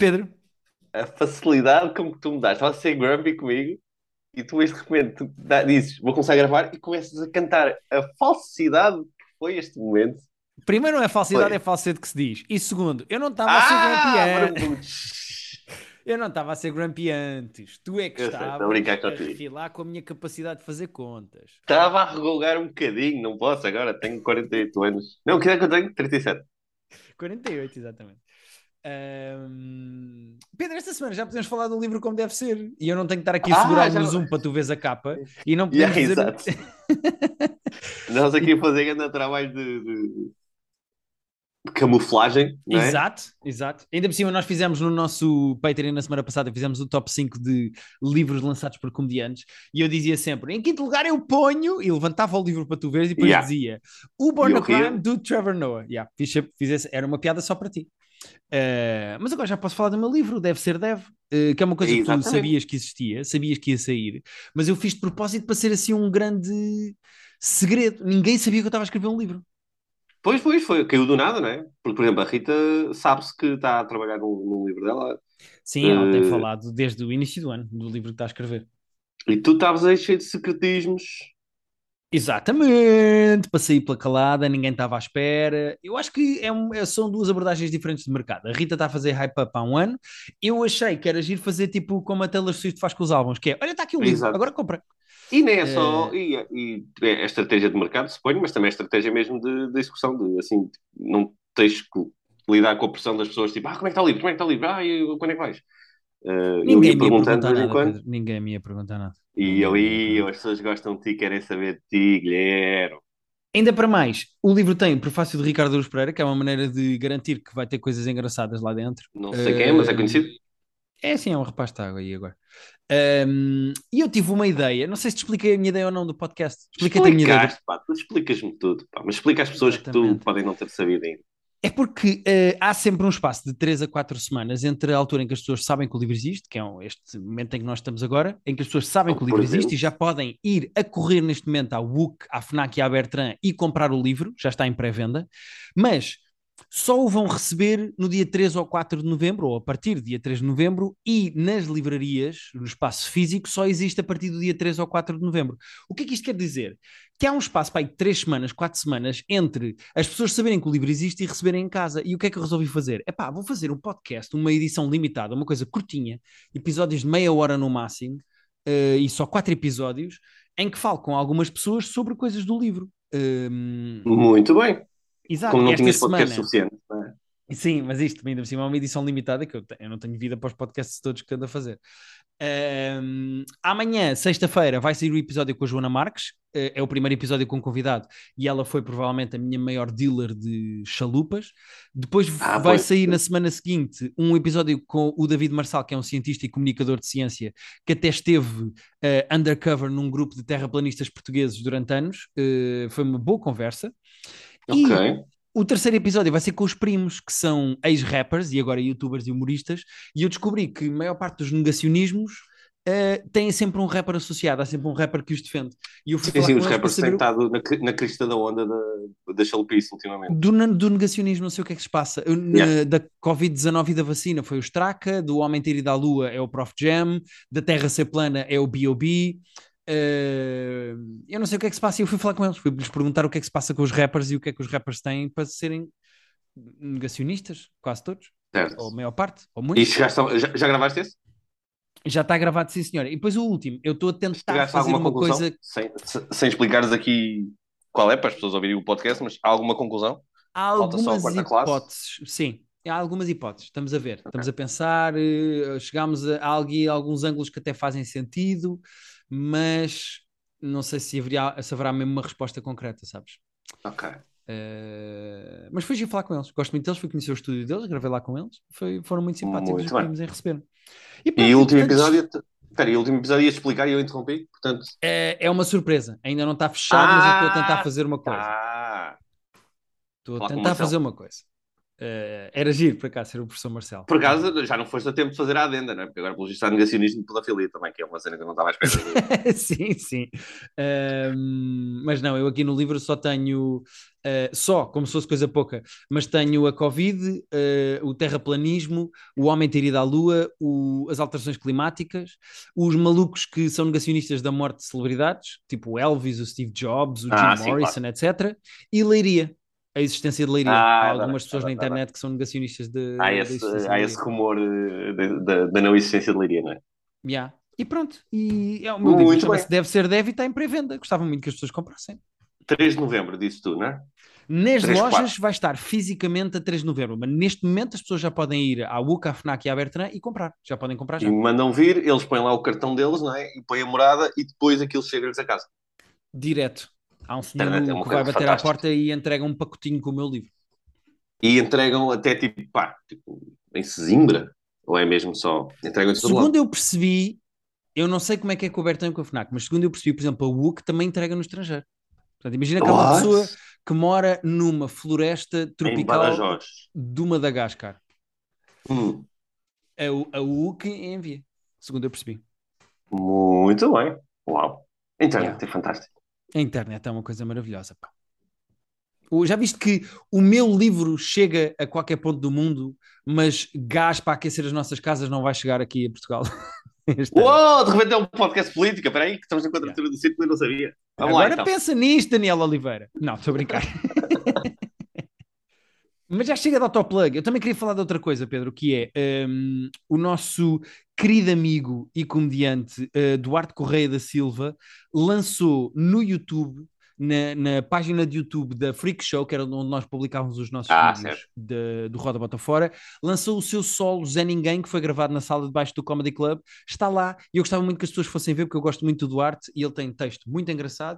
Pedro. A facilidade com que tu me dás. Estava a ser grumpy comigo e tu, de repente, dizes, vou começar a gravar e começas a cantar a falsidade que foi este momento. Primeiro, não é falsidade, é Foi. falsete que se diz. E segundo, eu não estava a ser grumpy Ah! antes. Marambutes! Eu não estava a ser grumpy antes. Tu é que Eu sei, estou a estavas brincar a contigo. refilar com a minha capacidade de fazer contas. Estava a regolar um bocadinho, não posso agora, tenho 48 anos. Não, que é que eu tenho? 37. 48, exatamente. Pedro, esta semana já podemos falar do livro como deve ser. E eu não tenho que estar aqui a Ah, segurá-lo já no não. Zoom para tu veres a capa. E não Yeah, podemos dizer. exato. Nós aqui a E- fazer grande trabalho de camuflagem, não é? Exato, exato. Ainda por cima, nós fizemos no nosso Patreon na semana passada, fizemos o top 5 de livros lançados por comediantes. E eu dizia sempre: em quinto lugar eu ponho, e levantava o livro para tu veres, e depois Yeah. dizia: O E Born eu a Crime ria. do Trevor Noah. Yeah, era uma piada só para ti. Mas agora já posso falar do meu livro, Deve Ser Deve, que é uma coisa que tu Exatamente. sabias que existia, sabias que ia sair, mas eu fiz de propósito para ser assim um grande segredo. Ninguém sabia que eu estava a escrever um livro. Pois, foi, caiu do nada, não é? Porque, por exemplo, a Rita sabe-se que está a trabalhar num livro dela, Sim, ela tem eh, falado desde o início do ano, do livro que está a escrever. e tu estavas aí cheio de secretismos. Exatamente, para sair pela calada, ninguém estava à espera. Eu acho que são duas abordagens diferentes de mercado. A Rita está a fazer hype-up há um ano. Eu achei que era giro fazer tipo como a Taylor Swift faz com os álbuns, que é, olha, está aqui o livro, Exato. agora compra. E nem é só. Uh, E é estratégia de mercado, suponho, mas também é estratégia mesmo de execução. De, assim, não tens que lidar com a pressão das pessoas, tipo, como é que está o livro? Como é que está o livro? Quando é que vais? Eu Ninguém ia me ia perguntando de perguntar vez em nada, quando. Pedro. Ninguém me ia perguntar nada. E Ninguém eu me ia ia, perguntar. as pessoas gostam de ti, querem saber de ti, Guilherme. Ainda para mais, o livro tem o prefácio de Ricardo Aruz Pereira, que é uma maneira de garantir que vai ter coisas engraçadas lá dentro. Não sei quem é, mas é Um, conhecido. é assim, é um rapaz que está aí agora. E eu tive uma ideia, não sei se te expliquei a minha ideia ou não do podcast. Expliquei-te a minha ideia do. Explicaste, pá, tu explicas-me tudo, pá, mas explica às pessoas que tu Exatamente. podem não ter sabido ainda. É porque há sempre um espaço de 3 a 4 semanas entre a altura em que as pessoas sabem que o livro existe, que é este momento em que nós estamos agora, em que as pessoas sabem Ao que o livro existe e presente. já podem ir a correr neste momento à WUC, à FNAC e à Bertrand e comprar o livro, já está em pré-venda, mas só o vão receber no dia 3 ou 4 de novembro, ou a partir do dia 3 de novembro, e nas livrarias, no espaço físico, só existe a partir do dia 3 ou 4 de novembro. O que é que isto quer dizer? Que há um espaço para aí 3 semanas, 4 semanas, entre as pessoas saberem que o livro existe e receberem em casa. E o que é que eu resolvi fazer? Epá, vou fazer um podcast, uma edição limitada, uma coisa curtinha, episódios de meia hora no máximo, e só 4 episódios, em que falo com algumas pessoas sobre coisas do livro. Muito bem. Exato, Como não esta tinhas podcast semana. suficiente, não é? Sim, mas isto ainda por cima é uma edição limitada que eu não tenho vida para os podcasts todos que ando a fazer. Amanhã, sexta-feira, vai sair o episódio com a Joana Marques. É o primeiro episódio com convidado e ela foi provavelmente a minha maior dealer de chalupas. Depois vai Pois. sair na semana seguinte um episódio com o David Marçal, que é um cientista e comunicador de ciência, que até esteve undercover num grupo de terraplanistas portugueses durante anos. Foi uma boa conversa. Ok. E o terceiro episódio vai ser com os primos, que são ex-rappers e agora youtubers e humoristas, e eu descobri que a maior parte dos negacionismos têm sempre um rapper associado, há sempre um rapper que os defende. E eu fui Sim, falar sim, com os eles para rappers têm saber estado na crista da onda da chalupice ultimamente. do negacionismo, não sei o que é que se passa. Yeah. Da Covid-19 e da vacina foi o Straka, do homem ter ido à Lua é o Prof Jam, da Terra ser plana é o B.O.B. Eu não sei o que é que se passa e eu fui falar com eles, fui-lhes perguntar o que é que se passa com os rappers e o que é que os rappers têm para serem negacionistas, quase todos, Certo. ou a maior parte, ou E muitos. chegaste já gravaste esse? Já está gravado, sim, senhora. E depois o último, eu estou a tentar Chegaste a fazer alguma uma conclusão? coisa. Sem explicares aqui qual é, para as pessoas ouvirem o podcast, mas há alguma conclusão? Há Falta só a algumas quarta classe? hipóteses, sim. Há algumas hipóteses, estamos a ver, estamos a Ok. pensar, chegámos a alguns ângulos que até fazem sentido, mas não sei se haverá mesmo uma resposta concreta, sabes? Ok. Mas fui falar com eles, gosto muito deles, fui conhecer o estúdio deles, gravei lá com eles, foram muito simpáticos os Muito bem. primos em receber. E E o pronto, e último portanto episódio. Espera, e o último episódio ia explicar e eu interrompi, portanto. é uma surpresa. Ainda não está fechado, mas eu estou a tentar Ah! fazer uma coisa. Tá! Estou a Falar com o tentar fazer Marcelo. uma coisa. Era giro, por acaso, ser o professor Marcelo. Por Era acaso, giro. já não foste a tempo de fazer a adenda, não é? Porque agora, pelo visto, há negacionismo de pedofilia também, que é uma cena que eu não estava à espera de. Sim, sim. Mas não, eu aqui no livro só tenho. só, como se fosse coisa pouca, mas tenho a Covid, o terraplanismo, o homem ter ido à Lua, as alterações climáticas, os malucos que são negacionistas da morte de celebridades, tipo o Elvis, o Steve Jobs, o Jim Ah, sim, claro. Morrison, etc. E Leiria, a existência de Leiria. Há Ah, adoro, algumas pessoas na adoro, adoro. internet que são negacionistas Há da esse, existência de há esse Leiria. rumor da não existência de Leiria, não é? Yeah. E pronto, e é o meu livro, Muito bem. chama-se Deve Ser Deve e está em pré-venda. Gostava muito que as pessoas comprassem. 3 de novembro, disse tu, não é? Nas 3, 4. lojas vai estar fisicamente a 3 de novembro, mas neste momento as pessoas já podem ir à UCA, à FNAC e à Bertrand e comprar. Já podem comprar E já. me mandam vir, eles põem lá o cartão deles, não é? E põem a morada e depois aquilo chega-lhes a casa. Direto. Há um A internet é senhor uma que vai coisa bater à fantástica. porta e entrega um pacotinho com o meu livro. E entregam até tipo, pá, tipo, em Sesimbra, ou é mesmo só? Entregam de todo Segundo lado. eu percebi, eu não sei como é que é com o Bertrand e com a FNAC, mas segundo eu percebi, por exemplo, a UC também entrega no estrangeiro. Portanto, imagina que há uma What? pessoa que mora numa floresta Em tropical Badajoz. do Madagascar. Hum, A UC envia, segundo eu percebi. muito bem. Uau. A Yeah. internet é fantástico. A internet é uma coisa maravilhosa, pá. Já viste que o meu livro chega a qualquer ponto do mundo, mas gás para aquecer as nossas casas não vai chegar aqui a Portugal este ano. Uou, de repente é um podcast política. Espera aí, que estamos em Yeah. quadratura do círculo e não sabia. Vamos lá Agora então. pensa nisto, Daniel Oliveira. Não, estou a brincar. Mas já chega de autoplug. Eu também queria falar de outra coisa, Pedro, que é o nosso querido amigo e comediante Duarte Correia da Silva lançou no YouTube, na página de YouTube da Freak Show, que era onde nós publicávamos os nossos Ah, certo. vídeos do Roda Bota Fora, lançou o seu solo Zé Ninguém, que foi gravado na sala de baixo do Comedy Club. Está lá e eu gostava muito que as pessoas fossem ver, porque eu gosto muito do Duarte e ele tem texto muito engraçado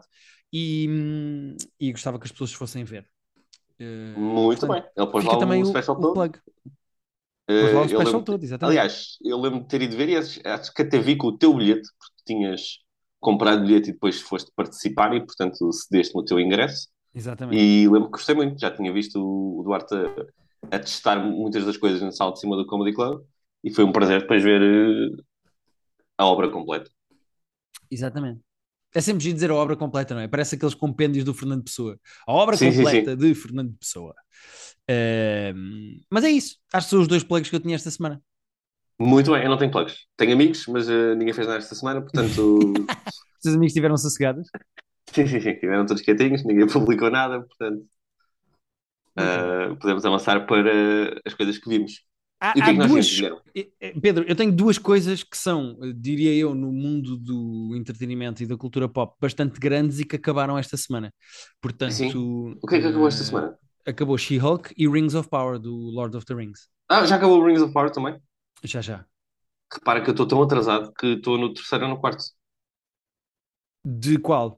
e gostava que as pessoas fossem ver. Muito Portanto, bem. Ele pôs lá fica também o special o todo. plug. Pôs lá o Eu special lembro, todo, exatamente. aliás, eu lembro de ter ido ver e acho que até vi com o teu bilhete, porque tinhas comprado o bilhete e depois foste participar e, portanto, cedeste-me o teu ingresso. Exatamente. E lembro que gostei muito. Já tinha visto o Duarte a testar muitas das coisas na sala de cima do Comedy Club e foi um prazer depois ver a obra completa. Exatamente. É sempre giro dizer a obra completa, não é? Parece aqueles compêndios do Fernando Pessoa. A obra Sim, sim, completa sim. de Fernando Pessoa. Mas é isso. Acho que são os dois plugs que eu tinha esta semana. Muito bem. Eu não tenho plugs. Tenho amigos, mas ninguém fez nada esta semana, portanto, Os seus amigos estiveram sossegados? sim, sim, sim. Estiveram todos quietinhos, ninguém publicou nada, portanto, Muito bem. podemos avançar para as coisas que vimos. E o que Há é que nós vimos, duas. Guilherme? Pedro, eu tenho duas coisas que são, diria eu, no mundo do entretenimento e da cultura pop, bastante grandes e que acabaram esta semana. Sim. Portanto, O que é que acabou esta semana? acabou She-Hulk e Rings of Power do Lord of the Rings. Ah, já acabou o Rings of Power também? Já, já. Repara que eu estou tão atrasado que estou no terceiro ou no quarto. De qual?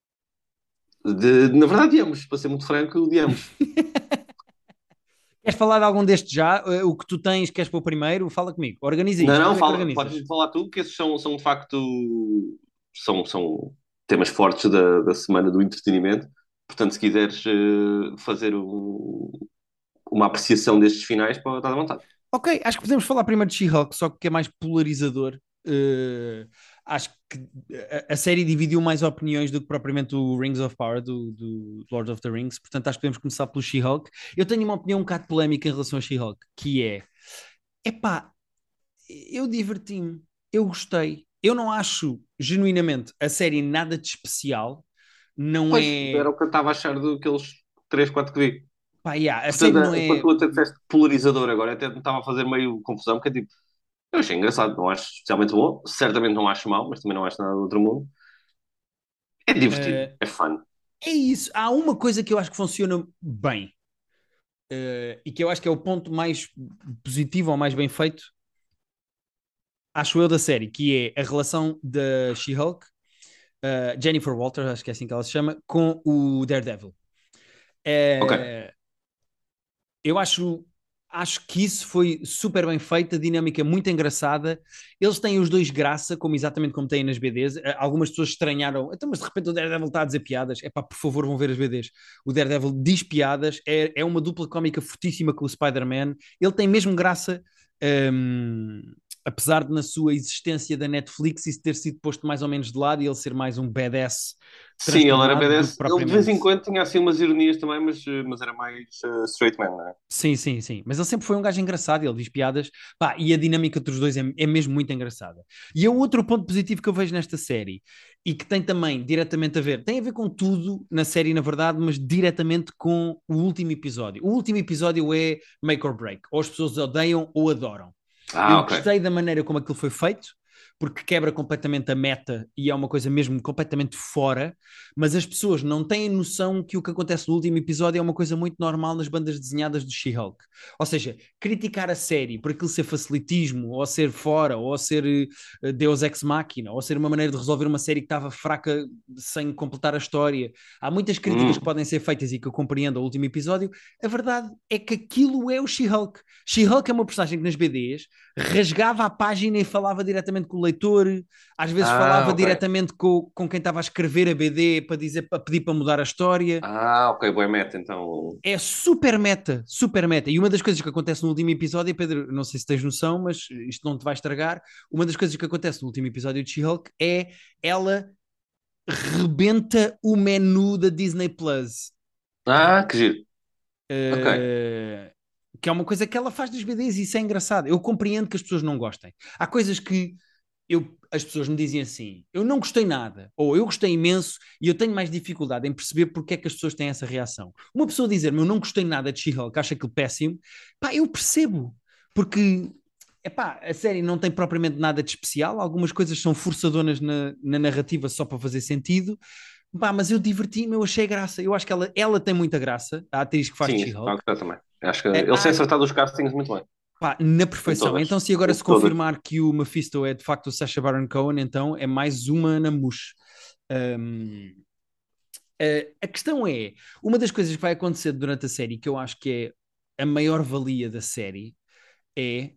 Na verdade, de ambos, para ser muito franco, de ambos. Queres falar de algum destes já? O que tu tens, queres pôr primeiro? Fala comigo. Organiza Não, isto. não, Como é que fala, organizas? podes falar tu, que esses são de facto são temas fortes da semana do entretenimento. Portanto, se quiseres fazer uma apreciação destes finais, pode estar à vontade. Ok, acho que podemos falar primeiro de She-Hulk, só que é mais polarizador. Acho que a série dividiu mais opiniões do que propriamente o Rings of Power do Lord of the Rings, portanto acho que podemos começar pelo She-Hulk. Eu tenho uma opinião um bocado polémica em relação a She-Hulk, que é, epá, eu diverti-me, eu gostei. Eu não acho, genuinamente, a série nada de especial, não Pois, era é, o que eu estava a achar daqueles 3 4 que vi. pá, yeah, a Portanto, série não quando é. tu até disseste polarizador agora, até me estava a fazer meio confusão, porque é tipo, eu achei engraçado, não acho especialmente bom, certamente não acho mau, mas também não acho nada do outro mundo. É divertido, eh, é fun. é isso. Há uma coisa que eu acho que funciona bem, e que eu acho que é o ponto mais positivo ou mais bem feito, acho eu, da série, que é a relação da She-Hulk, Jennifer Walters, acho que é assim que ela se chama, com o Daredevil. Ok, Eh, eu acho que isso foi super bem feito, a dinâmica é muito engraçada. Eles têm os dois graça, como exatamente como têm nas BDs. Algumas pessoas estranharam, então, mas de repente o Daredevil está a dizer piadas. É pá, por favor, vão ver as BDs. O Daredevil diz piadas, é uma dupla cómica fortíssima com o Spider-Man. Ele tem mesmo graça, um, apesar de na sua existência da Netflix isso ter sido posto mais ou menos de lado e ele ser mais um badass Sim, ele era transtornado do que BDS. Ele de vez propriamente. em quando tinha assim umas ironias também, mas era mais straight man, não é? Sim, sim, sim. Mas ele sempre foi um gajo engraçado, ele diz piadas. Pá, e a dinâmica dos dois é mesmo muito engraçada. E é outro ponto positivo que eu vejo nesta série, e que tem também diretamente a ver, tem a ver com tudo na série, na verdade, mas diretamente com o último episódio. O último episódio é make or break. Ou as pessoas odeiam ou adoram. Eu Ah, ok. gostei da maneira como aquilo foi feito, porque quebra completamente a meta e é uma coisa mesmo completamente fora, mas as pessoas não têm noção que o que acontece no último episódio é uma coisa muito normal nas bandas desenhadas do She-Hulk. Ou seja, criticar a série por aquilo ser facilitismo, ou ser fora, ou ser Deus Ex Machina, ou ser uma maneira de resolver uma série que estava fraca sem completar a história. Há muitas críticas que Hum. podem ser feitas e que eu compreendo ao último episódio. A verdade é que aquilo é o She-Hulk. She-Hulk é uma personagem que nas BDs rasgava a página e falava diretamente com o leitor, às vezes Ah, falava ok. diretamente com quem estava a escrever a BD para dizer, para pedir para mudar a história. Ah, ok, boa meta, então. É super meta, super meta. E uma das coisas que acontece no último episódio, Pedro, não sei se tens noção, mas isto não te vai estragar. Uma das coisas que acontece no último episódio de She-Hulk é ela rebenta o menu da Disney Plus. Ah, que giro. Ok. Uh, que é uma coisa que ela faz das BDs e isso é engraçado. Eu compreendo que as pessoas não gostem. Há coisas que as pessoas me dizem assim: eu não gostei nada, ou eu gostei imenso e eu tenho mais dificuldade em perceber porque é que as pessoas têm essa reação. Uma pessoa dizer-me eu não gostei nada de She-Hulk, acha aquilo péssimo, pá, eu percebo, porque epá, a série não tem propriamente nada de especial, algumas coisas são forçadonas na narrativa só para fazer sentido. Pá, mas eu diverti-me, eu achei graça. Eu acho que ela tem muita graça, a atriz que faz de Sim, isso está a She-Hulk. gostar também. Acho que É, ele tem acertado os castings muito bem. pá, na Em perfeição. todas. Então, se agora Em se todas. confirmar que o Mephisto é de facto o Sacha Baron Cohen, então é mais uma na mousse. Um, a questão é, uma das coisas que vai acontecer durante a série, que eu acho que é a maior valia da série, é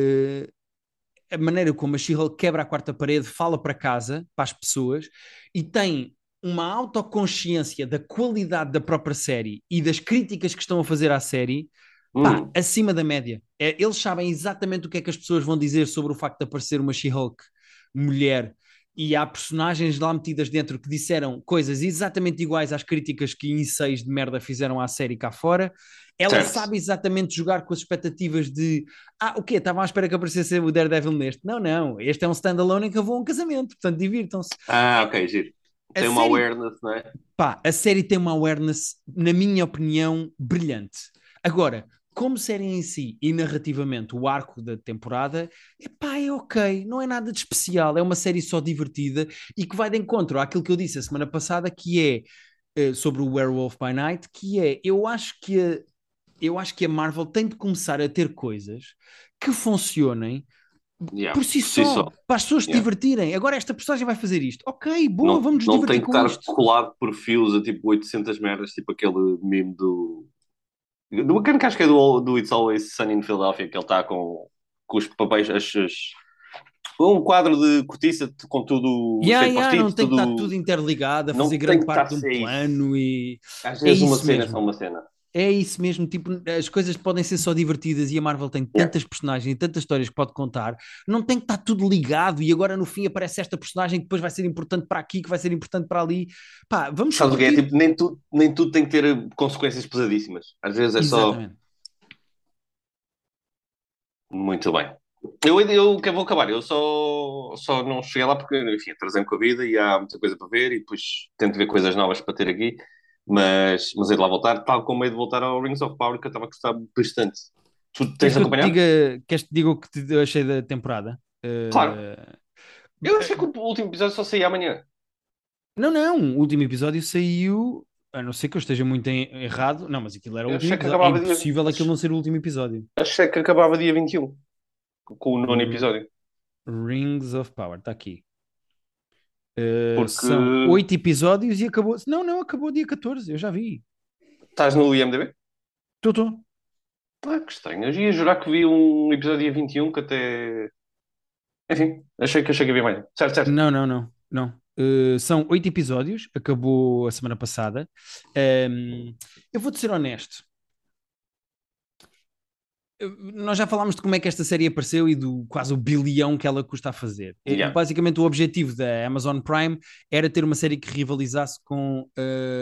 a maneira como a She-Hulk quebra a quarta parede, fala para casa, para as pessoas, e tem uma autoconsciência da qualidade da própria série e das críticas que estão a fazer à série, pá, Hum, acima da média. Eles sabem exatamente o que é que as pessoas vão dizer sobre o facto de aparecer uma She-Hulk mulher e há personagens lá metidas dentro que disseram coisas exatamente iguais às críticas que incels de merda fizeram à série cá fora. Ela certo. sabe exatamente jogar com as expectativas de o quê? Estavam à espera que aparecesse o Daredevil neste. Não, não. Este é um standalone em que eu vou a um casamento. Portanto, divirtam-se. Ah, ok, giro. A Tem uma série, awareness, não é? pá, a série tem uma awareness, na minha opinião, brilhante. Agora, como série em si e narrativamente, o arco da temporada, epá, é ok, não é nada de especial, é uma série só divertida e que vai de encontro àquilo que eu disse a semana passada, que é sobre o Werewolf by Night, que é, eu acho que a Marvel tem de começar a ter coisas que funcionem Yeah, por si por si só. só, para as pessoas se Yeah. divertirem. Agora esta personagem vai fazer isto. Ok, boa, Não, vamos nos não divertir tem que com estar isto. colado por fios a tipo 800 merdas, tipo aquele meme do bacana que acho que é do It's Always Sunny in Philadelphia, que ele está com os papéis, um quadro de cortiça com tudo Yeah, cheio de yeah, não post-its, tem que estar tudo. tudo interligado, a Não fazer tem grande que estar a parte de um ser isso. plano e Às é vezes uma isso cena é só mesmo. uma cena. É isso mesmo, tipo, as coisas podem ser só divertidas e a Marvel tem Yeah. tantas personagens e tantas histórias que pode contar, não tem que estar tudo ligado e agora no fim aparece esta personagem que depois vai ser importante para aqui, que vai ser importante para ali. Pá, vamos só Sabes o que é? curtir. Tipo, nem tudo tem que ter consequências pesadíssimas. Às vezes é só Exatamente. muito bem. Eu que vou acabar, eu só não cheguei lá porque, enfim, atrasei-me com a vida e há muita coisa para ver e depois tento ver coisas novas para ter aqui, mas hei de lá voltar, tal como hei de voltar ao Rings of Power, que eu estava a gostar bastante. Tu Queres tens que eu te acompanhado? diga, queres que te diga o que te achei da temporada? Claro. Eu achei que o último episódio só saía amanhã. Não, não, o último episódio saiu, a não ser que eu esteja muito errado. Não, mas aquilo era o Eu último achei que episódio. É acabava dia, impossível aquilo não ser o último episódio. achei que acabava dia 21 com o nono R- episódio. Rings of Power, está aqui. Porque São 8 episódios e acabou. Não, não, acabou dia 14, eu já vi. estás no IMDb? Estou, estou. Ah, que estranho. Eu ia jurar que vi um episódio dia 21 que até. Enfim, achei que havia mais. Certo, certo. Não, não, não, não. São 8 episódios, acabou a semana passada. Eu vou-te ser honesto. Nós já falámos de como é que esta série apareceu e do quase o bilhão que ela custa a fazer. Yeah. Basicamente, o objetivo da Amazon Prime era ter uma série que rivalizasse com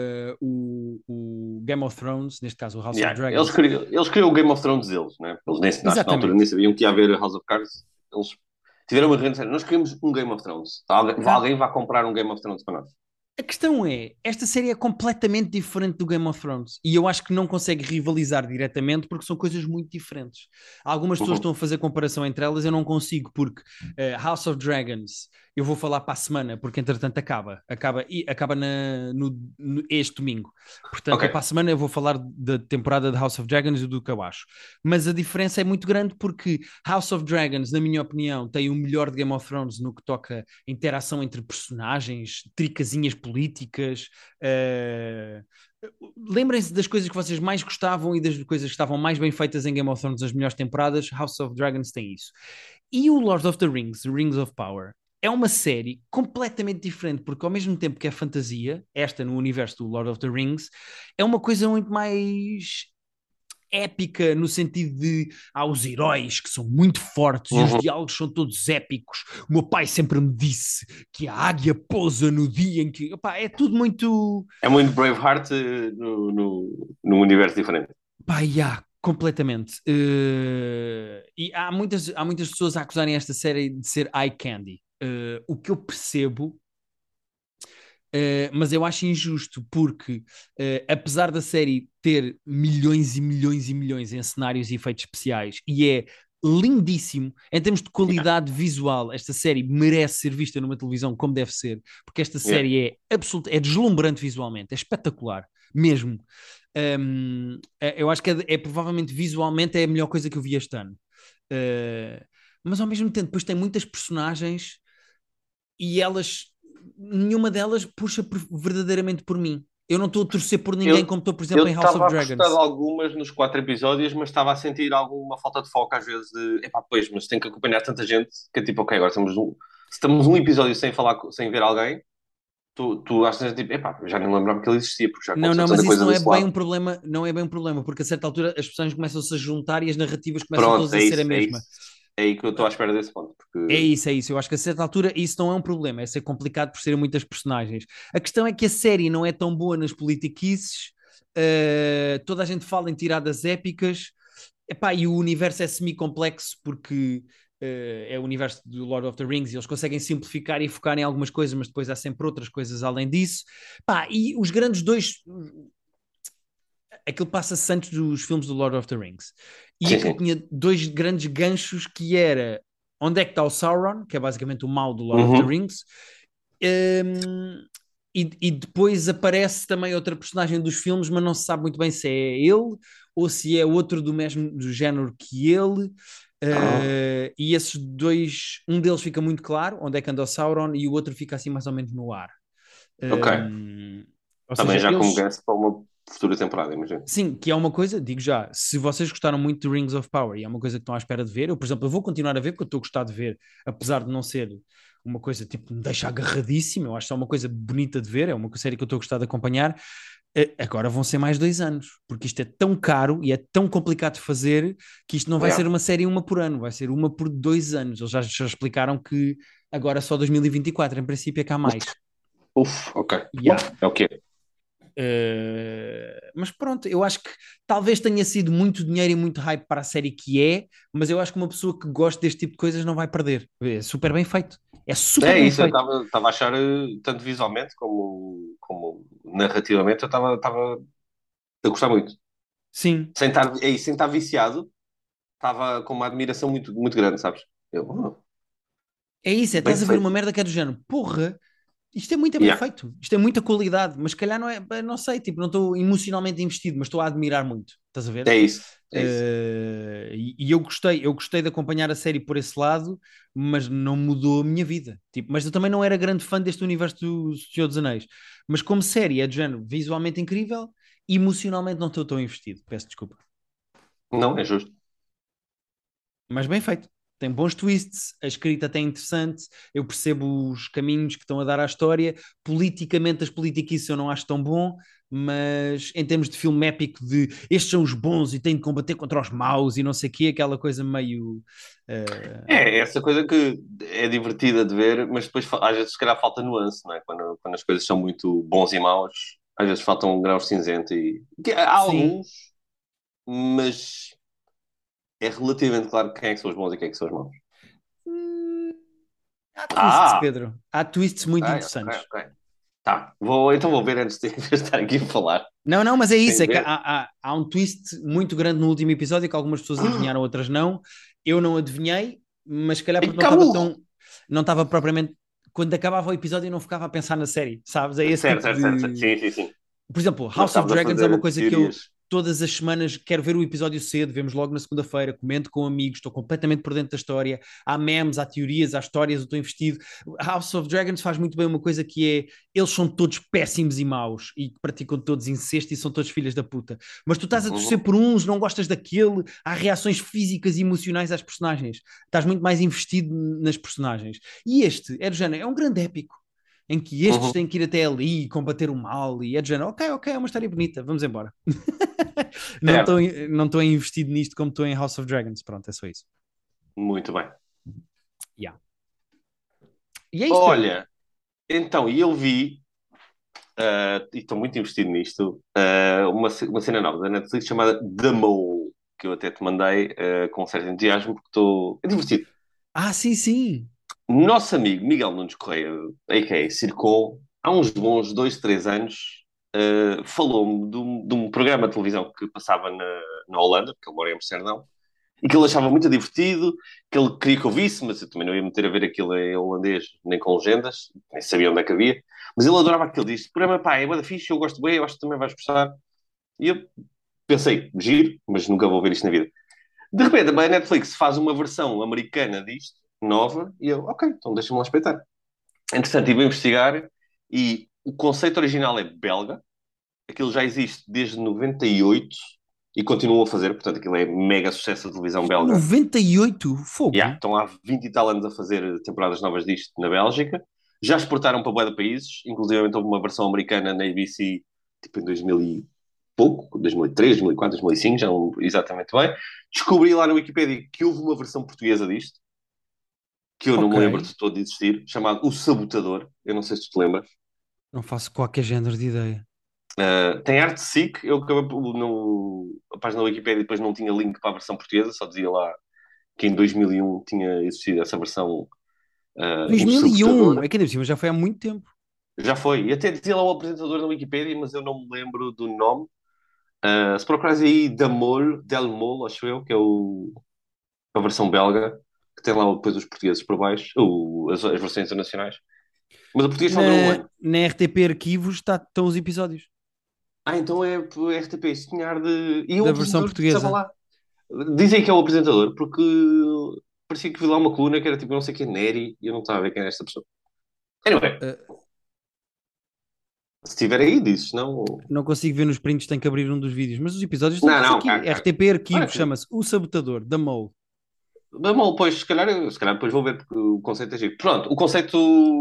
o Game of Thrones, neste caso o House of Yeah. Eles Dragons. queriam, eles queriam o Game of Thrones deles, né? Eles nem, acho que na altura nem Exatamente. sabiam que ia haver House of Cards. Eles tiveram uma reunião. Nós queremos um Game of Thrones. Ah, Alguém vai comprar um Game of Thrones para nós. a questão é, esta série é completamente diferente do Game of Thrones e eu acho que não consegue rivalizar diretamente porque são coisas muito diferentes. Algumas pessoas estão Uhum. a fazer comparação entre elas, eu não consigo porque House of Dragons eu vou falar para a semana porque entretanto acaba este domingo. Portanto, eu para a Ok. semana eu vou falar da temporada de House of Dragons e do que eu acho. Mas a diferença é muito grande porque House of Dragons, na minha opinião, tem o melhor de Game of Thrones no que toca interação entre personagens, tricasinhas políticas. Uh, Lembrem-se das coisas que vocês mais gostavam e das coisas que estavam mais bem feitas em Game of Thrones nas melhores temporadas. House of Dragons tem isso. E o Lord of the Rings, Rings of Power, é uma série completamente diferente, porque ao mesmo tempo que é fantasia, esta no universo do Lord of the Rings, é uma coisa muito mais épica no sentido de há os heróis que são muito fortes e os Uhum. diálogos são todos épicos. O meu pai sempre me disse que a águia pousa no dia em que. Opá, é tudo muito. É muito Braveheart no universo diferente. Pá, yeah, completamente. E há muitas pessoas a acusarem esta série de ser eye candy. O que eu percebo. Mas eu acho injusto porque, apesar da série ter milhões e milhões e milhões em cenários e efeitos especiais, e é lindíssimo em termos de Yeah. qualidade visual, esta série merece ser vista numa televisão como deve ser, porque esta Yeah. série é deslumbrante visualmente, é espetacular, mesmo. Eu acho que provavelmente visualmente é a melhor coisa que eu vi este ano. Uh, mas ao mesmo tempo, depois tem muitas personagens e nenhuma delas puxa verdadeiramente por mim. Eu não estou a torcer por ninguém Eu como estou, por exemplo, eu em House of estava a gostar de Dragons. algumas nos 4 episódios, mas estava a sentir alguma falta de foco às vezes de, epá, pois, mas tem que acompanhar tanta gente que é tipo, ok, agora se estamos um episódio sem falar, sem ver alguém, tu achas tipo, epá, já nem me lembrava que ele existia, porque já Não, aconteceu não, mas tanta isso coisa não é desse bem lado. um problema, não é bem um problema, porque a certa altura as pessoas começam-se a juntar e as narrativas começam Pronto, todas a é ser a isso, é mesma. isso. É aí que eu estou à espera desse ponto, É porque isso, é isso. Eu acho que a certa altura isso não é um problema, é ser complicado por serem muitas personagens. A questão é que a série não é tão boa nas politiquices, toda a gente fala em tiradas épicas. Epá, e o universo é semi-complexo porque é o universo do Lord of the Rings e eles conseguem simplificar e focar em algumas coisas, mas depois há sempre outras coisas além disso. Pá, e os grandes dois. Aquilo passa-se antes dos filmes do Lord of the Rings. E sim, aquilo sim. tinha dois grandes ganchos que era onde é que está o Sauron, que é basicamente o mal do Lord of the Uhum. Rings, e depois aparece também outra personagem dos filmes, mas não se sabe muito bem se é ele ou se é outro do mesmo do género que ele. Ah, E esses dois, um deles fica muito claro, onde é que anda o Sauron, e o outro fica assim mais ou menos no ar. ok. Um, ou Também seja, já como eles, guest para uma futura temporada, imagino. sim, que é uma coisa, digo já, se vocês gostaram muito de Rings of Power e é uma coisa que estão à espera de ver, eu, por exemplo, eu vou continuar a ver porque eu estou a gostar de ver, apesar de não ser uma coisa tipo, me deixa agarradíssimo, eu acho que é uma coisa bonita de ver, é uma série que eu estou a gostar de acompanhar. Agora vão ser mais 2 anos, porque isto é tão caro e é tão complicado de fazer que isto não vai ser Yeah. uma série uma por ano, vai ser uma por 2 anos. Eles já explicaram que agora só 2024, em princípio, é que há mais. Uf, ok. Bom, Yeah. é o que é. Mas pronto, eu acho que talvez tenha sido muito dinheiro e muito hype para a série que é, mas eu acho que uma pessoa que gosta deste tipo de coisas não vai perder. É super bem feito. É super É bem isso, eu feito. estava a achar, tanto visualmente como narrativamente, eu estava a gostar muito. Sim, Sem estar viciado, estava com uma admiração muito, muito grande, sabes? Eu, é isso. É bem estás a ver uma feito. merda que é do género. Porra, isto é muito bem Yeah, feito. Isto é muita qualidade, mas se calhar não é, não sei, tipo, não estou emocionalmente investido, mas estou a admirar muito. Estás a ver? é isso, é isso. E eu gostei de acompanhar a série por esse lado, mas não mudou a minha vida. Tipo, mas eu também não era grande fã deste universo do Senhor dos Anéis. Mas como série é de género visualmente incrível, emocionalmente não estou tão investido. Peço desculpa. Não, é justo. Mas bem feito. tem bons twists, a escrita até é interessante, eu percebo os caminhos que estão a dar à história, politicamente as politiquices eu não acho tão bom, mas em termos de filme épico de estes são os bons e têm de combater contra os maus e não sei o quê, aquela coisa meio... É essa coisa que é divertida de ver, mas depois às vezes se calhar falta nuance, não é? Quando as coisas são muito bons e maus, às vezes faltam um grau cinzento há sim. alguns, mas é relativamente claro quem é que são os bons e quem é que são os maus. Hum, Há twists, Ah, Pedro. Há twists ok, muito ok, interessantes. ok. Tá, então vou ver antes de estar aqui a falar. Não, não, mas é isso, Sem é que ver. há um twist muito grande no último episódio que algumas pessoas adivinharam, outras não. Eu não adivinhei, mas se calhar Ai, porque não cá estava burro! tão, não estava propriamente, quando acabava o episódio eu não ficava a pensar na série, sabes? É esse Certo, tipo certo, certo, certo. de, Sim, sim, sim. por exemplo, Nós House of estávamos a Dragons é uma fazer coisa que eu teorias. todas as semanas quero ver o episódio cedo, vemos logo na segunda-feira, comento com amigos, estou completamente por dentro da história. Há memes, há teorias, há histórias, eu estou investido. House of Dragons faz muito bem uma coisa que é eles são todos péssimos e maus e praticam todos incesto e são todos filhas da puta. Mas tu estás a torcer Uhum, por uns, não gostas daquele, há reações físicas e emocionais às personagens. Estás muito mais investido nas personagens. E este, é do género, é um grande épico em que estes uhum. têm que ir até ali e combater o mal, e é de género, ok, ok, é uma história bonita, vamos embora. Certo. Não estou investido nisto como estou em House of Dragons, pronto, é só isso. Muito bem. Yeah. E é isso, Pedro. Olha, então, e eu vi, e estou muito investido nisto, uma cena nova da Netflix chamada The Mole, que eu até te mandei com um certo entusiasmo, porque estou. É divertido. Ah, sim, sim. Nosso amigo Miguel Nunes Correia, a.k.a. Circou, há uns bons 2, 3 anos, falou-me de um programa de televisão que passava na Holanda, porque ele mora em Amsterdão, e que ele achava muito divertido, que ele queria que eu visse, mas eu também não ia meter a ver aquilo em holandês, nem com legendas, nem sabia onde é que havia. Mas ele adorava aquilo, disse, o programa, pá, é bué da fixe, eu gosto bem, eu acho que também vais gostar. E eu pensei, giro, mas nunca vou ver isto na vida. De repente, a Netflix faz uma versão americana disto, nova, e eu, ok, então deixa-me lá espreitar. Entretanto, estive a investigar e o conceito original é belga, aquilo já existe desde 98 e continuam a fazer, portanto, aquilo é mega sucesso da televisão Em belga. 98, Yeah, fogo. estão há 20 e tal anos a fazer temporadas novas disto na Bélgica. Já exportaram para bué de países, inclusive houve uma versão americana na ABC, tipo em 2000 e pouco, 2003, 2004, 2005, já não exatamente bem. Descobri lá na Wikipedia que houve uma versão portuguesa disto, que eu não Ok. me lembro de todo de existir, chamado O Sabotador. Eu não sei se tu te lembras. Não faço qualquer género de ideia. Tem arte SIC, eu acabei a página da Wikipedia depois não tinha link para a versão portuguesa, só dizia lá que em 2001 tinha existido essa versão, O 2001, Sabotador. é que ainda por cima já foi há muito tempo. Já foi. E até dizia lá o apresentador na Wikipedia, mas eu não me lembro do nome. Se procurares aí Del Mol, acho eu, que é a versão belga, que tem lá depois os portugueses por baixo, as versões internacionais. Mas o português só durou um ano. Na RTP Arquivos estão os episódios Então é por RTP, isso tinha ar de. E o da versão apresentador estava portuguesa. lá. Dizem que é o apresentador, porque parecia que vi lá uma coluna que era tipo, não sei quem, Neri, e eu não estava a ver quem era esta pessoa. Anyway, Uh, se estiver aí, dizes, não. não consigo ver nos prints, tenho que abrir um dos vídeos, mas os episódios estão Não, todos não, aqui. caga, caga. RTP Arquivo Olha que. chama-se O Sabotador, da Mole. Bom, pois, se calhar depois vou ver porque o conceito é giro. Pronto, o conceito.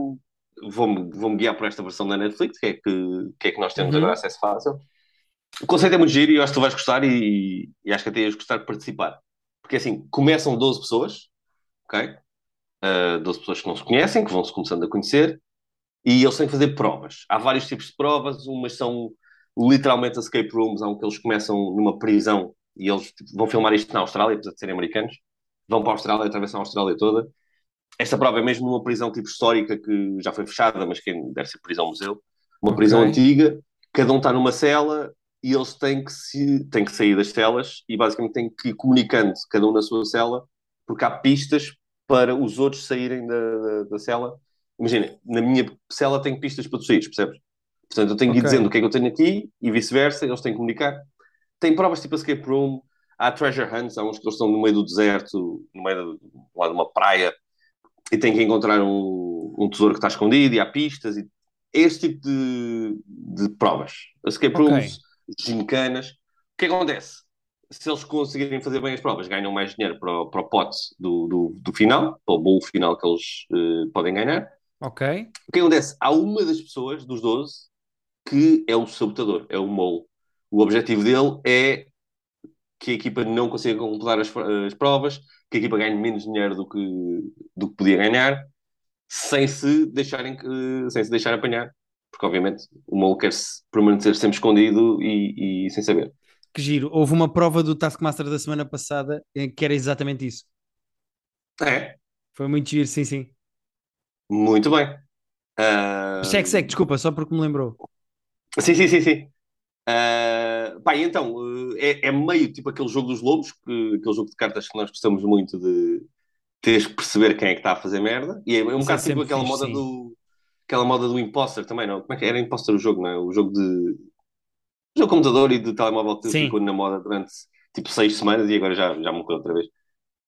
Vou-me guiar por esta versão da Netflix, que é que nós temos agora Uhum. acesso fácil. O conceito é muito giro e eu acho que tu vais gostar e acho que até ias gostar de participar. Porque assim, começam 12 pessoas, ok? 12 pessoas que não se conhecem, que vão-se começando a conhecer, e eles têm que fazer provas. Há vários tipos de provas, umas são literalmente escape rooms, há um que eles começam numa prisão e eles tipo, vão filmar isto na Austrália, apesar de serem americanos. Vão para a Austrália, atravessam a Austrália toda. Esta prova é mesmo numa prisão tipo histórica que já foi fechada, mas que deve ser prisão-museu. Uma Ok, prisão antiga, cada um está numa cela e eles têm que sair das celas e basicamente têm que ir comunicando, cada um na sua cela, porque há pistas para os outros saírem da cela. Imagina, na minha cela tenho pistas para tu saíres, percebes? Portanto, eu tenho que ir ok, dizendo o que é que eu tenho aqui e vice-versa, eles têm que comunicar. Tem provas tipo escape room, há treasure hunts, há uns que eles estão no meio do deserto, no meio lá de uma praia, e têm que encontrar um tesouro que está escondido, e há pistas, e este tipo de provas. Escape ok. rooms, gincanas. O que acontece? se eles conseguirem fazer bem as provas, ganham mais dinheiro para o pote do final, para o bolo final que eles podem ganhar. Ok. O que acontece? Há uma das pessoas, dos 12, que é o sabotador, é o mole. O objetivo dele é que a equipa não consiga completar as provas, que a equipa ganhe menos dinheiro do que podia ganhar, sem se deixar apanhar. Porque, obviamente, o mole quer -se permanecer sempre escondido e sem saber. Que giro. Houve uma prova do Taskmaster da semana passada que era exatamente isso. É, Foi muito giro, sim, sim. muito bem. Ah, Segue, segue, desculpa, só porque me lembrou. sim, sim, sim, sim. Pá, e então, é meio tipo aquele jogo dos lobos, aquele jogo de cartas que nós gostamos muito de teres que perceber quem é que está a fazer merda. E é um Isso é bocado tipo sempre fixe, sim. aquela moda do imposter também, não? Como é que era imposter o jogo, não é? O jogo de computador e de telemóvel que ficou Sim. na moda durante tipo 6 semanas e agora já morreu outra vez.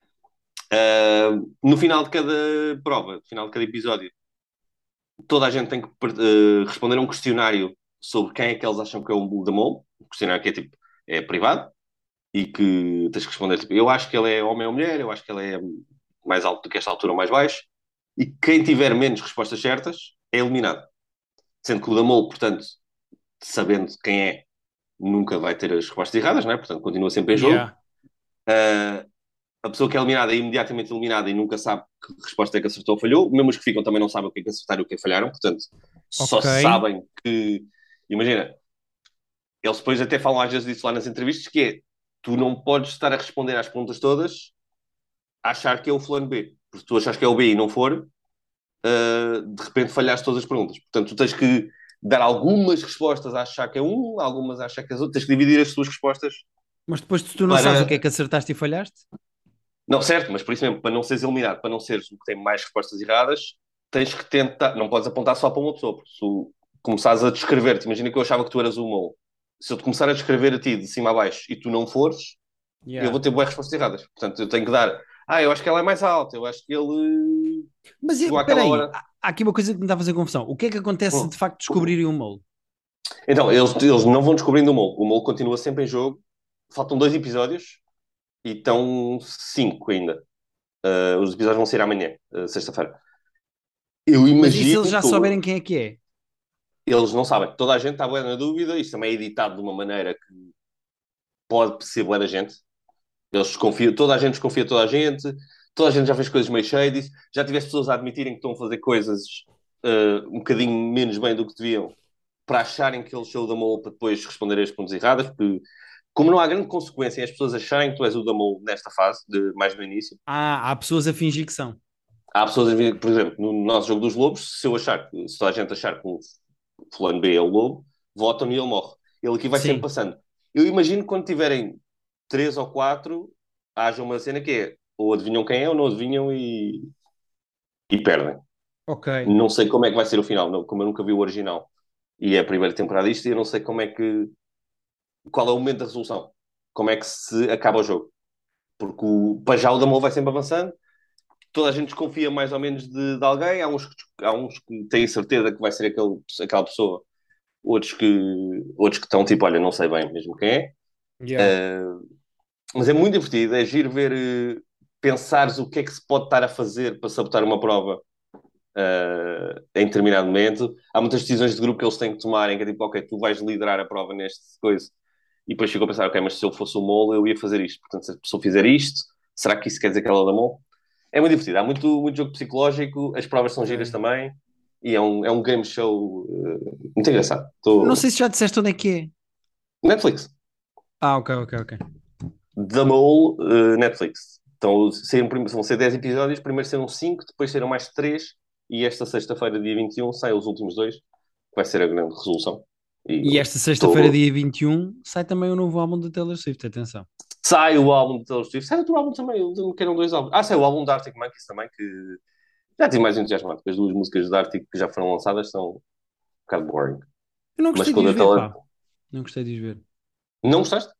No final de cada prova, no final de cada episódio, toda a gente tem que responder a um questionário sobre quem é que eles acham que é o da mole. Um questionário que é tipo, é privado e que tens que responder tipo, eu acho que ele é homem ou mulher, eu acho que ele é mais alto do que esta altura ou mais baixo. E quem tiver menos respostas certas é eliminado. Sendo que o da mole, portanto, sabendo quem é, nunca vai ter as respostas erradas, não é? Portanto, continua sempre em jogo. Yeah. Uh, a pessoa que é eliminada é imediatamente eliminada e nunca sabe que resposta é que acertou ou falhou. Mesmo os que ficam também não sabem o que é que acertaram e o que é que falharam. Portanto, só Ok. sabem que... Imagina, eles depois até falam às vezes disso lá nas entrevistas, que é, tu não podes estar a responder às perguntas todas a achar que é o fulano B. Porque se tu achas que é o B e não for, de repente falhaste todas as perguntas. Portanto, tu tens que dar algumas respostas a achar que é um, algumas a achar que é outro. Tens que dividir as tuas respostas Mas depois tu não sabes o que é para... que acertaste e falhaste? Não, certo, mas por isso mesmo, para não seres eliminado, para não seres o que tem mais respostas erradas, tens que tentar... Não podes apontar só para uma pessoa. Porque se tu começares a descrever-te, imagina que eu achava que tu eras o mole. Se eu te começar a descrever a ti de cima a baixo e tu não fores, eu Yeah. vou ter boas respostas erradas. Portanto, eu tenho que dar... eu acho que ela é mais alta, eu acho que ele Mas chegou espera àquela aí, hora. há aqui uma coisa que me está a fazer confusão. O que é que acontece se de Hum. facto descobrirem um mole? Então, eles não vão descobrindo o mole. O mole continua sempre em jogo. Faltam 2 episódios e estão 5 ainda. Os episódios vão sair amanhã, sexta-feira. Eu Mas e se imagino eles já que souberem quem é que é? eles não sabem. Toda a gente está bem na dúvida. Isto também é editado de uma maneira que pode ser bué da gente. Eles desconfiam, toda a gente desconfia de toda a gente. Toda a gente já fez coisas meio shady. Já tiveste pessoas a admitirem que estão a fazer coisas um bocadinho menos bem do que deviam para acharem que eles são o da mole para depois responder as perguntas erradas. Porque, como não há grande consequência em as pessoas acharem que tu és o da mole nesta fase, mais no início, Ah, há pessoas a fingir que são. há pessoas, por exemplo, no nosso jogo dos lobos, se toda a gente achar que o fulano B é o lobo, votam e ele morre. Ele aqui vai sempre Sim, passando. Eu imagino que quando tiverem 3 ou 4, haja uma cena que é ou adivinham quem é ou não adivinham e perdem. ok. Não sei como é que vai ser o final, não, como eu nunca vi o original e é a primeira temporada disto, e eu não sei qual é o momento da resolução, como é que se acaba o jogo. Porque para já o Damon vai sempre avançando, toda a gente desconfia mais ou menos de alguém. Há uns que têm certeza que vai ser aquela pessoa, outros que estão tipo, olha, não sei bem mesmo quem é. Yeah. Mas é muito divertido, é giro ver, pensares o que é que se pode estar a fazer para sabotar uma prova em determinado momento. Há muitas decisões de grupo que eles têm que tomar, em que é tipo, ok, tu vais liderar a prova neste coisa. E depois chegou a pensar, ok, mas se eu fosse o mole, eu ia fazer isto. Portanto, se a pessoa fizer isto, será que isso quer dizer que ela é da mole? É muito divertido. Há muito jogo psicológico, as provas são giras Ok. também. E é um game show muito engraçado. Não sei se já disseste onde é que é. Netflix. Ah, ok, ok, ok. The Mole, Netflix. Então, vão ser 10 episódios. Primeiro serão 5, depois serão mais 3. E esta sexta-feira, dia 21, saem os últimos 2. Que vai ser a grande resolução. E E esta sexta-feira, estou... dia 21, sai também o novo álbum da Taylor Swift, atenção. Sai o álbum de Taylor Swift. Sai outro álbum também. Eu não quero 2 álbuns. Sai o álbum da Arctic Monkeys também, que já estive mais entusiasmado. Porque as 2 músicas da Arctic que já foram lançadas são um bocado boring. Eu não Mas gostei de quando os a ver, Taylor... pá. Não gostei de os ver. Não gostaste?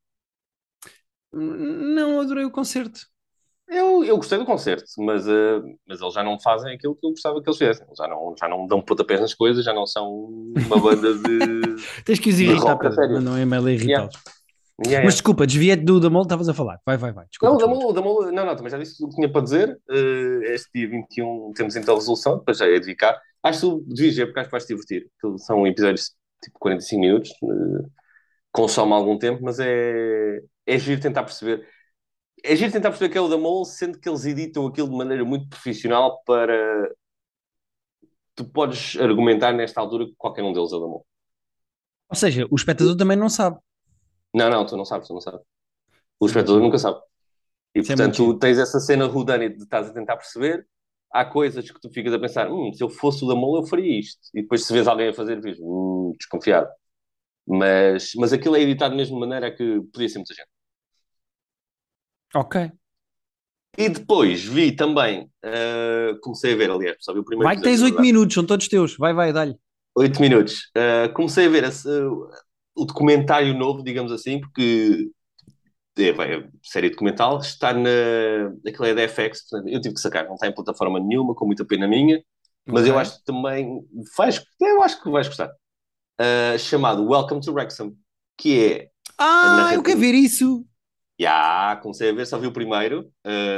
Não adorei o concerto. Eu gostei do concerto, mas eles já não fazem aquilo que eu gostava que eles fizessem. Eles já não dão pontapés nas coisas, já não são uma banda de, Tens que os de irritar, rock a Pedro. sério. Manda um e-mail a Yeah. irritá-los. Yeah, Mas yeah. desculpa, desviei-te do da Mole, estavas a falar. Vai, vai, vai. Desculpa, Não, desculpa, desculpa. não, não, também já disse o que tinha para dizer. Este dia 21 temos então a resolução, depois já é de ficar. Acho que tu devias ver, porque acho que vais te divertir. São episódios tipo 45 minutos, consome algum tempo, mas é giro tentar perceber. É giro tentar perceber que é o da Mole, sendo que eles editam aquilo de maneira muito profissional para. Tu podes argumentar nesta altura que qualquer um deles é o da Mole. Ou seja, o espectador também não sabe. Não, não, tu não sabes, tu não sabes. O Isso é muito espectador giro. nunca sabe. E Isso é muito portanto, giro. tu tens essa cena whodunit de estás a tentar perceber. Há coisas que tu ficas a pensar, se eu fosse o da Mole, eu faria isto. E depois, se vês alguém a fazer, vês, desconfiado. Mas aquilo é editado de mesma maneira que podia ser muita gente. Ok. E depois vi também, comecei a ver, aliás, só vi o primeiro Vai que episódio, tens na 8 verdade. minutos, são todos teus. Vai, vai, dá-lhe. 8 minutos. Comecei a ver o documentário novo, digamos assim, porque é série documental, está aquilo é da FX, portanto, eu tive que sacar, não está em plataforma nenhuma, com muita pena minha, mas Ok. eu acho que também eu acho que vais gostar. Chamado Welcome to Wrexham, que é a Ah, eu quero narrativa. ver isso. Comecei a ver, só vi o primeiro.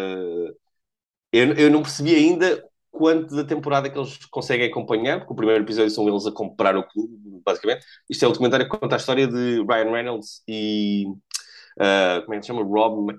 Eu não percebi ainda quanto da temporada que eles conseguem acompanhar, porque o primeiro episódio são eles a comprar o clube, basicamente. Isto é o documentário que conta a história de Ryan Reynolds e como é que se chama? Rob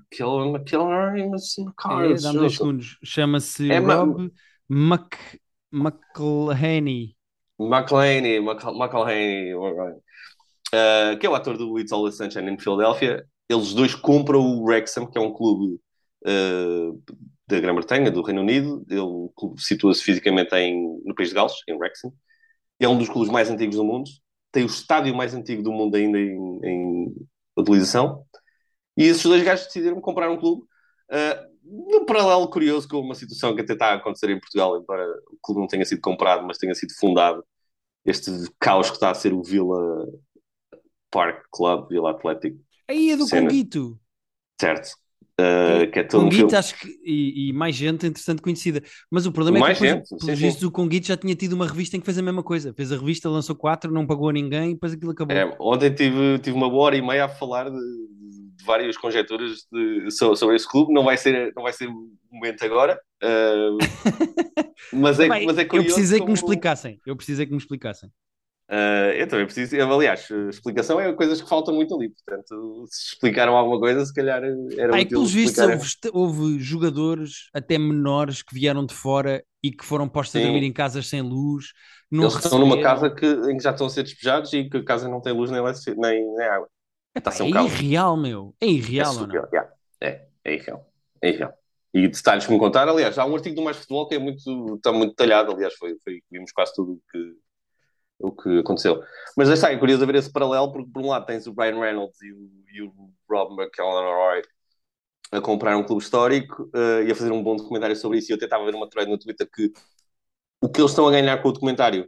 É, dá-me dois McCullough. segundos. Chama-se É Rob Mc... McElhenney. McElhaney, que é o ator do It's Always Sunshine in Philadelphia. Eles dois compram o Wrexham, que é um clube da Grã-Bretanha, do Reino Unido. O clube situa-se fisicamente no País de Gales, em Wrexham. É um dos clubes mais antigos do mundo. Tem o estádio mais antigo do mundo ainda em utilização. E esses dois gajos decidiram comprar um clube. Num paralelo curioso com uma situação que até está a acontecer em Portugal, embora o clube não tenha sido comprado, mas tenha sido fundado. Este caos que está a ser o Villa Park Club, Villa Atlético, Aí é do cena, Conguito. certo? E Que é todo um Conguito, filme. acho que. E mais gente interessante conhecida. Mas o problema é que Mais depois, gente, sim, pelos sim. vistos, o Conguito já tinha tido uma revista em que fez a mesma coisa. Fez a revista, lançou quatro, não pagou a ninguém e depois aquilo acabou. Ontem tive uma boa hora e meia a falar de várias conjecturas sobre esse clube. Não vai ser o momento agora. Mas Epá, mas é eu curioso precisei que me como. explicassem. Eu precisei que me explicassem. Eu também preciso. Aliás, explicação é coisas que faltam muito ali. Portanto, se explicaram alguma coisa, se calhar era Pá, é que útil pelos vistos explicarem. houve jogadores até menores que vieram de fora e que foram postos a dormir Sim, em casas sem luz, não eles estão numa casa receberam. em que já estão a ser despejados e que a casa não tem luz nem, nem água. Está a Epá, ser é um caos. irreal, meu. É É irreal ou não? surreal. Yeah. É irreal. É irreal. E detalhes que me contaram, aliás, há um artigo do Mais Futebol que está muito detalhado, aliás, vimos quase tudo o que aconteceu. Mas já está, é curioso ver esse paralelo, porque por um lado tens o Ryan Reynolds e o Rob McElroy a comprar um clube histórico e a fazer um bom documentário sobre isso. E eu até estava a ver uma thread no Twitter que o que eles estão a ganhar com o documentário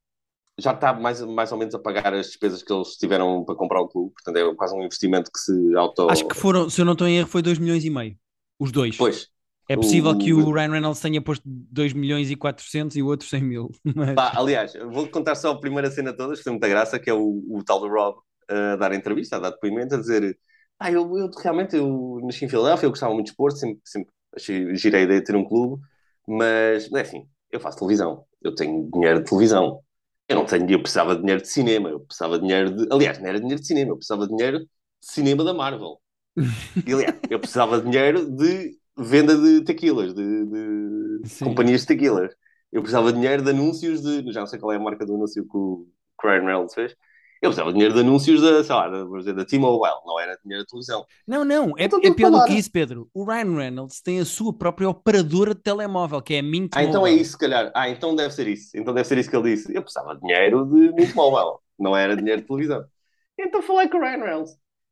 já está mais ou menos a pagar as despesas que eles tiveram para comprar o clube. Portanto, é quase um investimento que se Acho que auto... foram, se eu não estou em erro, foi 2 milhões e meio. Os dois. Pois, É possível que o Ryan Reynolds tenha posto 2 milhões e 400 e o outro 100 mil. Mas... pá, aliás, vou contar só a primeira cena toda, que tem muita graça, que é o tal do Rob a dar entrevista, a dar depoimento, a dizer eu realmente eu nasci em Filadélfia, eu gostava muito de esporte, sempre achei gira a ideia de ter um clube, mas é assim, eu faço televisão, eu tenho dinheiro de televisão, eu precisava de dinheiro de cinema, eu precisava de dinheiro de, aliás, não era dinheiro de cinema, eu precisava de dinheiro de cinema da Marvel. E, aliás, eu precisava de dinheiro de venda de tequilas, de Sim. companhias de tequilas. Eu precisava de dinheiro de anúncios de. Já não sei qual é a marca do anúncio que o Ryan Reynolds fez. Eu precisava de dinheiro de anúncios da, sei lá, vamos dizer, da T-Mobile, não era dinheiro de televisão. Não, não, Então é tive que pior do que falar. isso, Pedro. O Ryan Reynolds tem a sua própria operadora de telemóvel, que é a Mint Então é Mobile. isso, se calhar. Então deve ser isso. Então deve ser isso que ele disse. Eu precisava de dinheiro de Mint Mobile, não era dinheiro de televisão. Então falei com o Ryan Reynolds.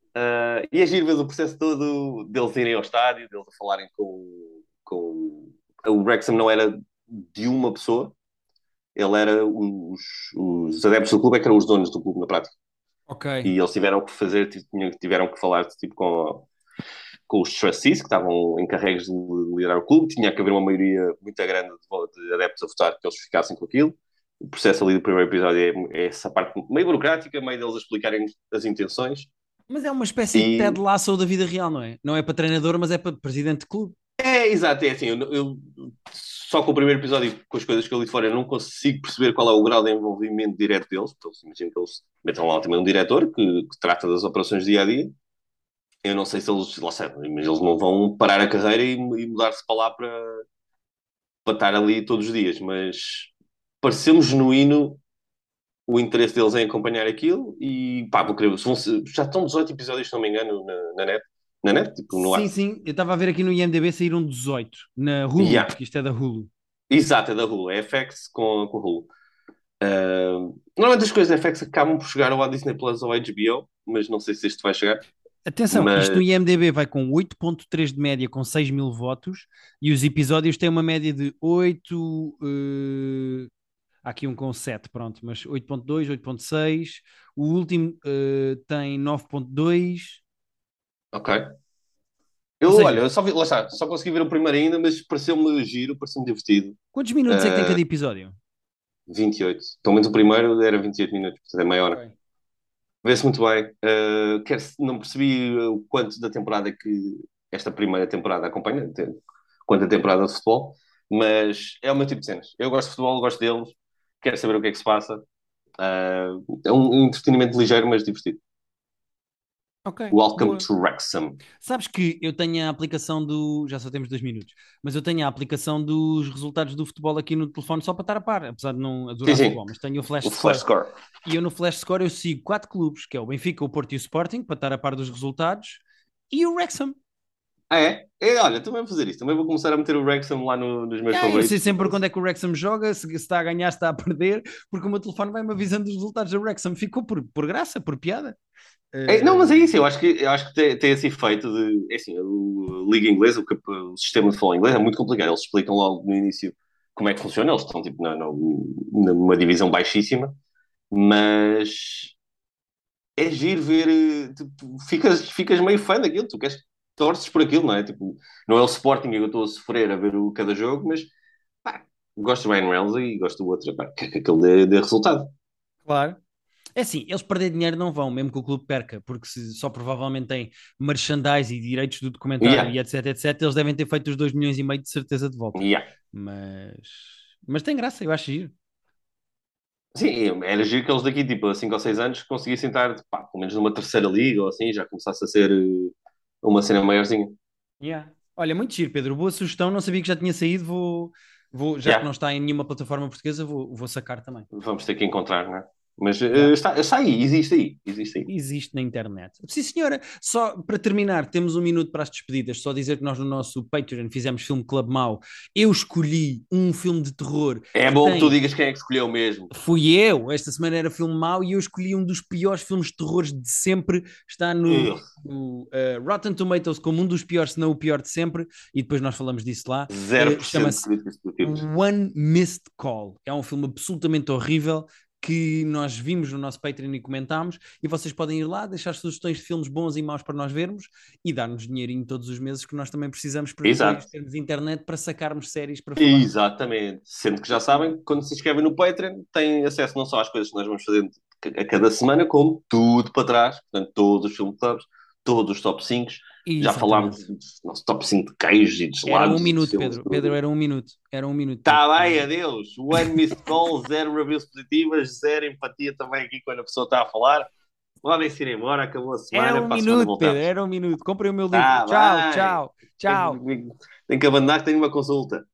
E é giro ver o processo todo deles irem ao estádio, deles a falarem com... O Wrexham não era de uma pessoa, ele era os adeptos do clube é que eram os donos do clube na prática. Ok. E eles tiveram que tiveram que falar tipo, com os trustees, que estavam encarregues de liderar o clube. Tinha que haver uma maioria muito grande de adeptos a votar que eles ficassem com aquilo. O processo ali do primeiro episódio é essa parte meio burocrática, meio deles a explicarem as intenções. Mas é uma espécie de Ted E Lasso da vida real, não é? Não é para treinador, mas é para presidente de clube. exato, é assim, só com o primeiro episódio, com as coisas que eu li de fora, eu não consigo perceber qual é o grau de envolvimento direto deles, porque eles imagino que eles metam lá também um diretor que trata das operações dia a dia. Eu não sei se eles, lá sei, mas eles não vão parar a carreira e mudar-se para lá para estar ali todos os dias, mas pareceu-me genuíno o interesse deles em acompanhar aquilo e pá, vou querer, já estão 18 episódios, se não me engano, na net, tipo, no Sim, ar. sim. Eu estava a ver aqui no IMDb saíram 18 na Hulu, Yeah. porque isto é da Hulu. Exato, é da Hulu, é FX com Hulu. Normalmente as coisas da FX acabam por chegar ou à Disney Plus ou à HBO, mas não sei se este vai chegar. Atenção, isto no Mas, IMDb vai com 8.3 de média com 6 mil votos e os episódios têm uma média de 8. Há aqui um com 7, pronto, mas 8.2, 8.6. O último tem 9.2. ok. Ou Olha, seja, eu só vi, lá está, só consegui ver o primeiro ainda, mas pareceu-me giro, pareceu-me divertido. quantos minutos é que tem Uh, cada episódio? 28. Pelo menos o primeiro era 28 minutos, portanto é meia Ok. hora. Vê-se muito bem. Não percebi o quanto da temporada que esta primeira temporada acompanha, quanto a temporada de futebol, mas é o meu tipo de cenas. Eu gosto de futebol, gosto deles, quero saber o que é que se passa. É um entretenimento ligeiro, mas divertido. Ok, Welcome boa. to Wrexham. Sabes que eu tenho a aplicação do. Já só temos 2 minutos, mas eu tenho a aplicação dos resultados do futebol aqui no telefone só para estar a par, apesar de não Sim, adorar sim, futebol, mas tenho o Flash o Flash Score. Score. E eu no Flash Score eu sigo 4 clubes, que é o Benfica, o Porto e o Sporting, para estar a par dos resultados, e o Wrexham. Ah, é? Olha, também vou fazer isso. Também vou começar a meter o Wrexham lá nos meus Yeah, eu sei favoritos. sempre quando é que o Wrexham joga, se está a ganhar, se está a perder, porque o meu telefone vai-me avisando dos resultados do Wrexham. Ficou por graça, por piada. Não, mas é Uh, isso. Eu acho que tem esse efeito de. É assim, a Liga Inglesa, o sistema de futebol inglês é muito complicado. Eles explicam logo no início como é que funciona. Eles estão tipo numa divisão baixíssima, mas é giro ver. Tipo, ficas meio fã daquilo. Tu queres, torces por aquilo, não é? Tipo, não é o Sporting que eu estou a sofrer a ver cada jogo, mas pá, gosto do Ryan Reynolds e gosto do outro. Pá, que aquele dê resultado. claro. É assim, eles perder dinheiro não vão, mesmo que o clube perca, porque se só provavelmente tem merchandise e direitos do documentário Yeah, e etc, etc, eles devem ter feito os 2 milhões e meio de certeza de volta. yeah. Mas, mas tem graça, eu acho giro. Sim, era giro que eles daqui, tipo, a 5 ou 6 anos conseguissem estar, pá, pelo menos numa terceira liga ou assim, já começasse a ser uma cena maiorzinha. Yeah. Olha, muito giro, Pedro. Boa sugestão. Não sabia que já tinha saído. Já que não Já, está em nenhuma plataforma portuguesa, vou sacar também. vamos ter que encontrar, né? Mas Yeah. está aí, existe aí, existe aí. Existe na internet. Sim, senhora. Só para terminar, temos 1 minuto para as despedidas. Só dizer que nós no nosso Patreon fizemos Filme Club Mau. Eu escolhi um filme de terror É que bom que tu tem. digas quem é que escolheu mesmo. Fui eu. Esta semana era filme mau e eu escolhi um dos piores filmes de terror de sempre. Está Ugh, no Rotten Tomatoes como um dos piores, se não o pior de sempre. E depois nós falamos disso lá. 0% de Chama-se críticas positivas. One Missed Call. É um filme absolutamente horrível que nós vimos no nosso Patreon e comentámos, e vocês podem ir lá, deixar sugestões de filmes bons e maus para nós vermos e dar-nos dinheirinho todos os meses que nós também precisamos para depois Exato. termos internet para sacarmos séries para falarmos. Exatamente. Sendo que já sabem, quando se inscrevem no Patreon, têm acesso não só às coisas que nós vamos fazendo a cada semana, como tudo para trás. Portanto, todos os filme clubs, todos os top 5. Já falámos Exatamente. do nosso top 5 de queijos e de Era um gelados e de minuto, filmes. Pedro. Pedro, era 1 minuto. Era 1 minuto, Pedro. Está bem, adeus. One missed call, zero reviews positivas, zero empatia também aqui quando a pessoa está a falar. Podem-se ir embora, acabou a Era semana, um para a semana minuto, Pedro. voltamos. Era 1 minuto. Comprei o meu livro. Está Tchau, bem. tchau, tchau. Tenho que abandonar que tenho uma consulta.